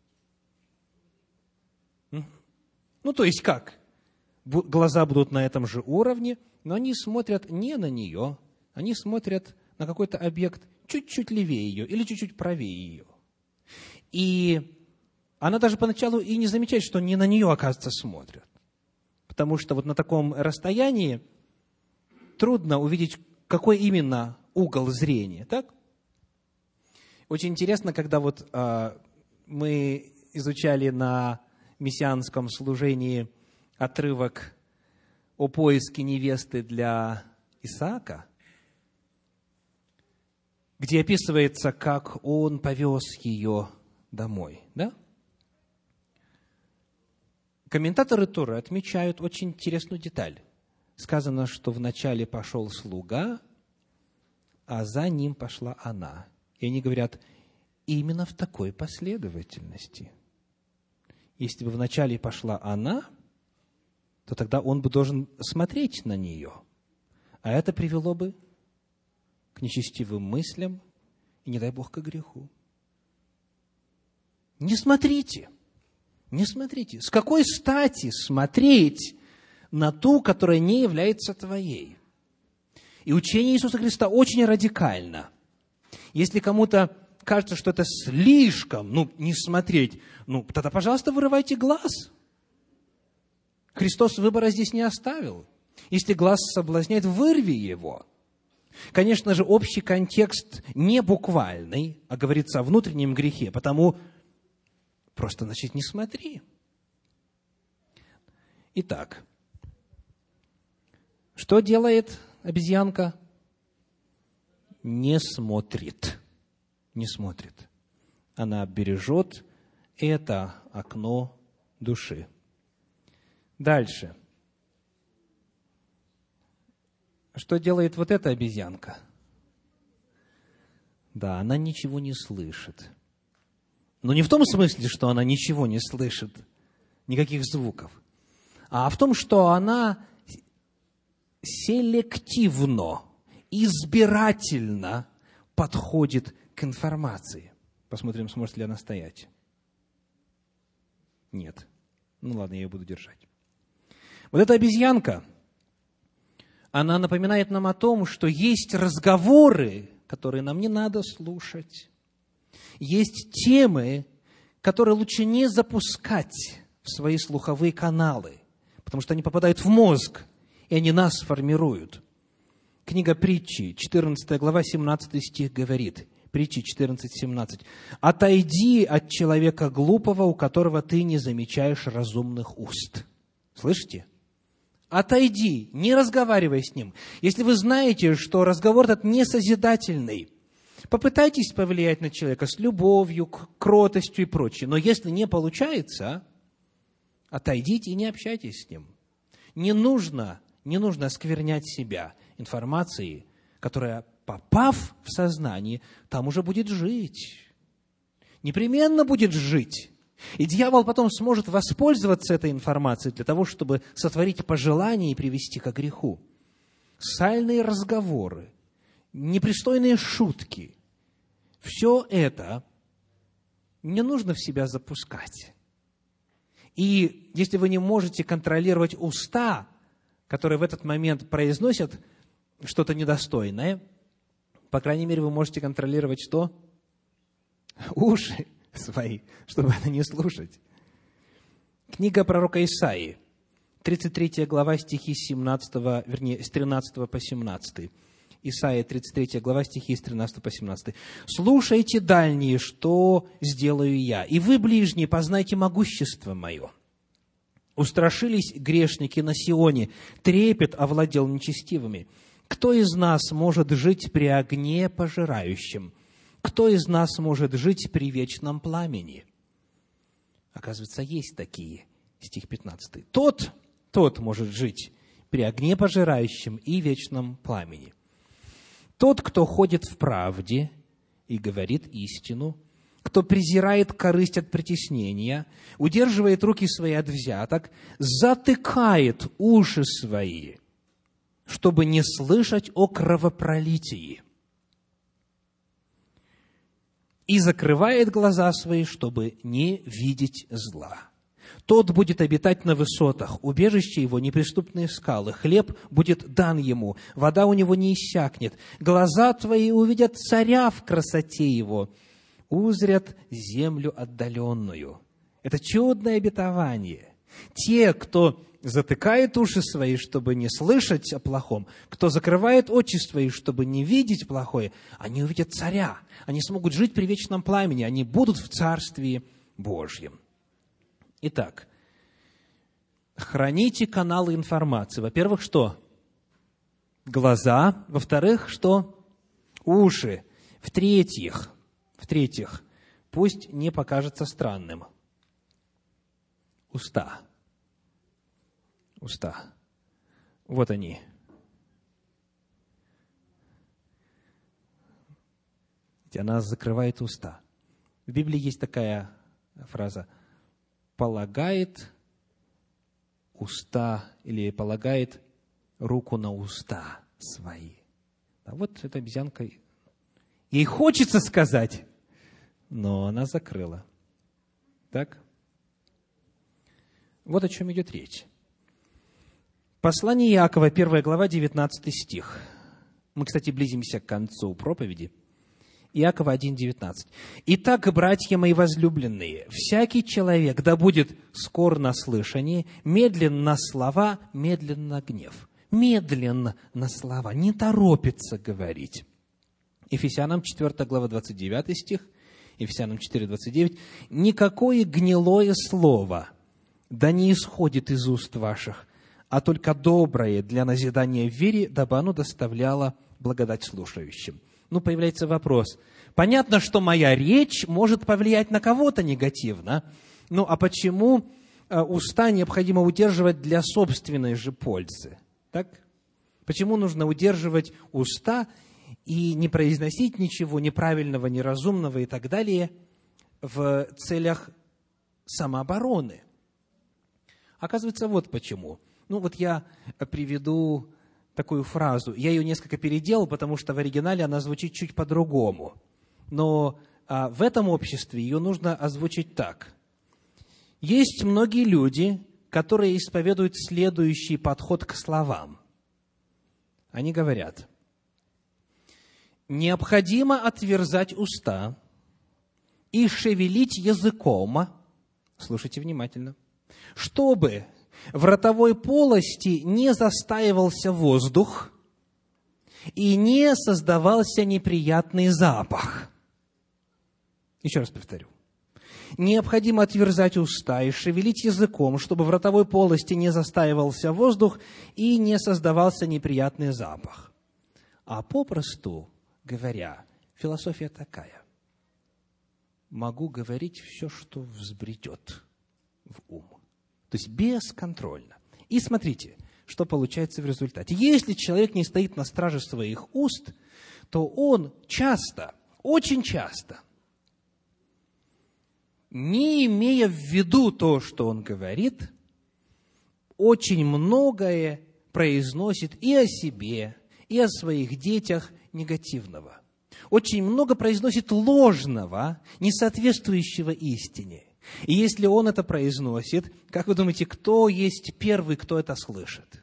Ну, то есть как? Глаза будут на этом же уровне, но они смотрят не на нее, они смотрят на какой-то объект чуть-чуть левее ее или чуть-чуть правее ее. И она даже поначалу и не замечает, что не на нее, оказывается, смотрят. Потому что вот на таком расстоянии трудно увидеть, какой именно угол зрения. Так? Очень интересно, когда вот а, мы изучали на мессианском служении отрывок о поиске невесты для Исаака, где описывается, как он повез ее домой. Да? Комментаторы Торы отмечают очень интересную деталь. Сказано, что вначале пошел слуга, а за ним пошла она. И они говорят, именно в такой последовательности. Если бы вначале пошла она, то тогда он бы должен смотреть на нее. А это привело бы к нечестивым мыслям и, не дай Бог, к греху. Не смотрите, не смотрите. С какой стати смотреть на ту, которая не является твоей? И учение Иисуса Христа очень радикально. Если кому-то кажется, что это слишком, ну, не смотреть, ну, тогда, пожалуйста, вырывайте глаз. Христос выбора здесь не оставил. Если глаз соблазняет, вырви его. Конечно же, общий контекст не буквальный, а говорится о внутреннем грехе, потому просто, значит, не смотри. Итак, что делает обезьянка? Не смотрит. Не смотрит. Она бережет это окно души. Дальше. Что делает вот эта обезьянка? Да, она ничего не слышит. Но не в том смысле, что она ничего не слышит, никаких звуков, а в том, что она селективно, избирательно подходит к информации. Посмотрим, сможет ли она стоять. Нет. Ну ладно, я ее буду держать. Вот эта обезьянка, она напоминает нам о том, что есть разговоры, которые нам не надо слушать. Есть темы, которые лучше не запускать в свои слуховые каналы, потому что они попадают в мозг, и они нас формируют. Книга Притчи, четырнадцатая глава, семнадцатый стих говорит, Притчи четырнадцать семнадцать. «Отойди от человека глупого, у которого ты не замечаешь разумных уст». Слышите? Отойди, не разговаривай с ним. Если вы знаете, что разговор этот не созидательный, попытайтесь повлиять на человека с любовью, кротостью и прочее. Но если не получается, отойдите и не общайтесь с ним. Не нужно, не нужно осквернять себя информацией, которая, попав в сознание, там уже будет жить. Непременно будет жить. И дьявол потом сможет воспользоваться этой информацией для того, чтобы сотворить пожелания и привести ко греху. Сальные разговоры, непристойные шутки, все это не нужно в себя запускать. И если вы не можете контролировать уста, которые в этот момент произносят что-то недостойное, по крайней мере, вы можете контролировать что? Уши свои, чтобы это не слушать. Книга пророка Исаии, тридцать третья глава, стихи с семнадцатого, вернее, с тринадцатого по семнадцатый. Исаия, тридцать третья глава, стихи с тринадцатого по семнадцатый. «Слушайте, дальние, что сделаю я, и вы, ближние, познайте могущество мое. Устрашились грешники на Сионе, трепет овладел нечестивыми. Кто из нас может жить при огне пожирающем? Кто из нас может жить при вечном пламени?» Оказывается, есть такие, стих пятнадцатый. Тот, тот может жить при огне пожирающем и вечном пламени. Тот, кто ходит в правде и говорит истину, кто презирает корысть от притеснения, удерживает руки свои от взяток, затыкает уши свои, чтобы не слышать о кровопролитии, и закрывает глаза свои, чтобы не видеть зла. Тот будет обитать на высотах, убежище его неприступные скалы, хлеб будет дан ему, вода у него не иссякнет. Глаза твои увидят царя в красоте его, узрят землю отдаленную. Это чудное обетование. Те, кто затыкает уши свои, чтобы не слышать о плохом, кто закрывает очи свои, чтобы не видеть плохое, они увидят царя. Они смогут жить при вечном пламени, они будут в Царстве Божьем. Итак, храните каналы информации. Во-первых, что? Глаза. Во-вторых, что? Уши. В-третьих, в-третьих, пусть не покажется странным. Уста. Уста. Вот они. Она закрывает уста. В Библии есть такая фраза: полагает уста или полагает руку на уста свои. А вот эта обезьянка, ей хочется сказать, но она закрыла. Так? Вот о чем идет речь. Послание Иакова, первая глава, девятнадцатый стих. Мы, кстати, близимся к концу проповеди. Иакова один девятнадцать. «Итак, братья мои возлюбленные, всякий человек да будет скор на слышание, медлен на слова, медлен на гнев». Медленно на слова, не торопится говорить. Ефесянам четвёртая глава, двадцать девятый стих, Ефесянам четыре двадцать девять. «Никакое гнилое слово да не исходит из уст ваших, а только доброе для назидания в вере, дабы оно доставляло благодать слушающим». Ну, появляется вопрос. Понятно, что моя речь может повлиять на кого-то негативно. Ну, а почему уста необходимо удерживать для собственной же пользы? Так? Почему нужно удерживать уста и не произносить ничего неправильного, неразумного и так далее в целях самообороны? Оказывается, вот почему. Ну, вот я приведу такую фразу. Я ее несколько переделал, потому что в оригинале она звучит чуть по-другому. Но а, в этом обществе ее нужно озвучить так. Есть многие люди, которые исповедуют следующий подход к словам. Они говорят: необходимо отверзать уста и шевелить языком, слушайте внимательно, чтобы в ротовой полости не застаивался воздух и не создавался неприятный запах. Еще раз повторю. Необходимо отверзать уста и шевелить языком, чтобы в ротовой полости не застаивался воздух и не создавался неприятный запах. А попросту говоря, философия такая. Могу говорить все, что взбредет в ум. То есть бесконтрольно. И смотрите, что получается в результате. Если человек не стоит на страже своих уст, то он часто, очень часто, не имея в виду то, что он говорит, очень многое произносит и о себе, и о своих детях негативного. Очень много произносит ложного, не соответствующего истине. И если он это произносит, как вы думаете, кто есть первый, кто это слышит?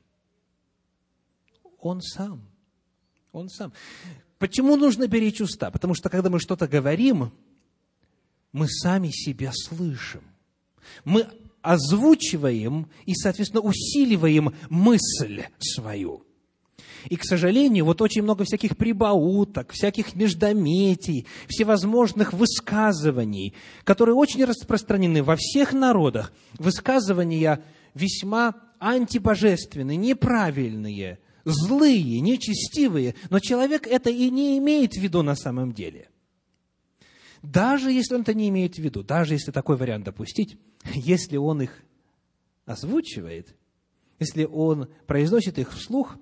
Он сам. Он сам. Почему нужно беречь уста? Потому что, когда мы что-то говорим, мы сами себя слышим. Мы озвучиваем и, соответственно, усиливаем мысль свою. И, к сожалению, вот очень много всяких прибауток, всяких междометий, всевозможных высказываний, которые очень распространены во всех народах. Высказывания весьма антибожественные, неправильные, злые, нечестивые, но человек это и не имеет в виду на самом деле. Даже если он это не имеет в виду, даже если такой вариант допустить, если он их озвучивает, если он произносит их вслух,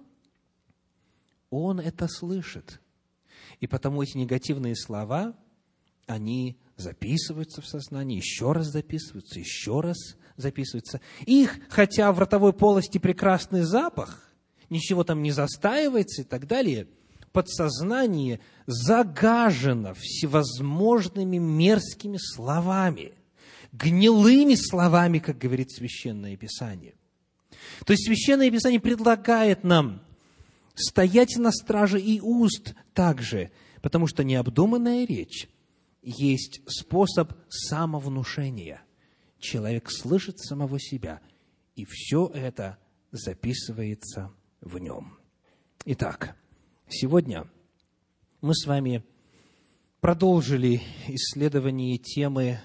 он это слышит. И потому эти негативные слова, они записываются в сознании, еще раз записываются, еще раз записываются. Их, хотя в ротовой полости прекрасный запах, ничего там не застаивается и так далее, подсознание загажено всевозможными мерзкими словами, гнилыми словами, как говорит Священное Писание. То есть Священное Писание предлагает нам стоять на страже и уст также, потому что необдуманная речь есть способ самовнушения. Человек слышит самого себя, и все это записывается в нем. Итак, сегодня мы с вами продолжили исследование темы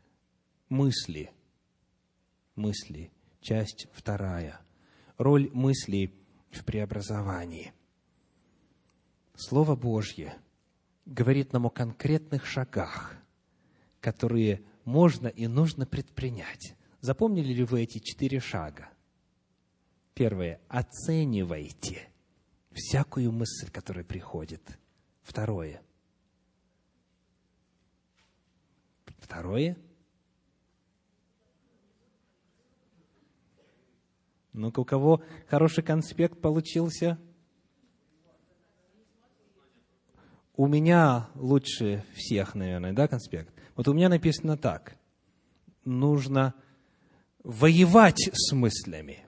мысли. Мысли, часть вторая. Роль мысли в преобразовании. Слово Божье говорит нам о конкретных шагах, которые можно и нужно предпринять. Запомнили ли вы эти четыре шага? Первое. Оценивайте всякую мысль, которая приходит. Второе. Второе. Ну-ка, у кого хороший конспект получился? У меня лучше всех, наверное, да, конспект? Вот у меня написано так. Нужно воевать с мыслями.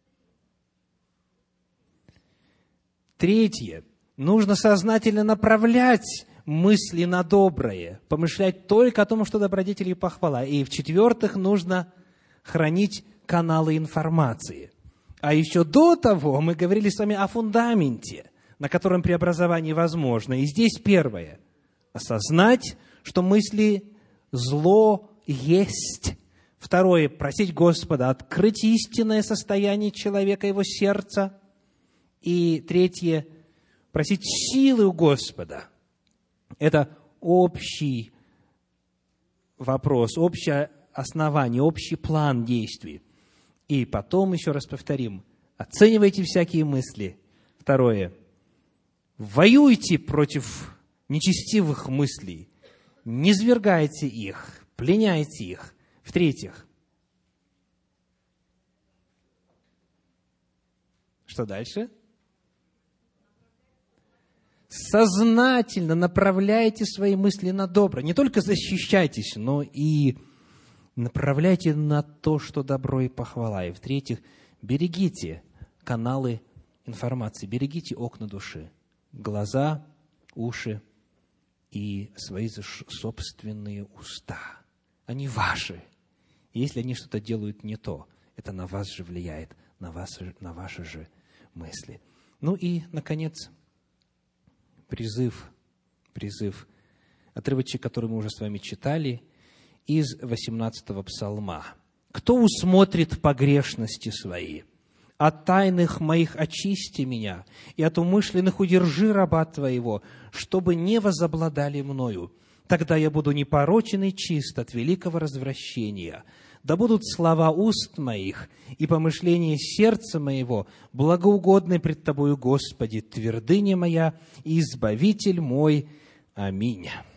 Третье. Нужно сознательно направлять мысли на доброе, помышлять только о том, что добродетель и похвала. И в-четвертых, нужно хранить каналы информации. А еще до того мы говорили с вами о фундаменте, на котором преобразование возможно. И здесь первое. Осознать, что мысли зло есть. Второе. Просить Господа открыть истинное состояние человека, его сердца. И третье. Просить силы у Господа. Это общий вопрос, общее основание, общий план действий. И потом, еще раз повторим, оценивайте всякие мысли. Второе. Воюйте против нечестивых мыслей. Низвергайте их, пленяйте их. В-третьих. Что дальше? Сознательно направляйте свои мысли на добро. Не только защищайтесь, но и направляйте на то, что добро и похвала. И в-третьих, берегите каналы информации, берегите окна души, глаза, уши и свои собственные уста. Они ваши. Если они что-то делают не то, это на вас же влияет, на, вас, на ваши же мысли. Ну и, наконец, призыв, призыв, отрывочек, который мы уже с вами читали, из восемнадцатого псалма. «Кто усмотрит погрешности свои? От тайных моих очисти меня, и от умышленных удержи раба Твоего, чтобы не возобладали мною. Тогда я буду непорочен и чист от великого развращения. Да будут слова уст моих и помышления сердца моего благоугодны пред Тобою, Господи, твердыня моя и избавитель мой. Аминь».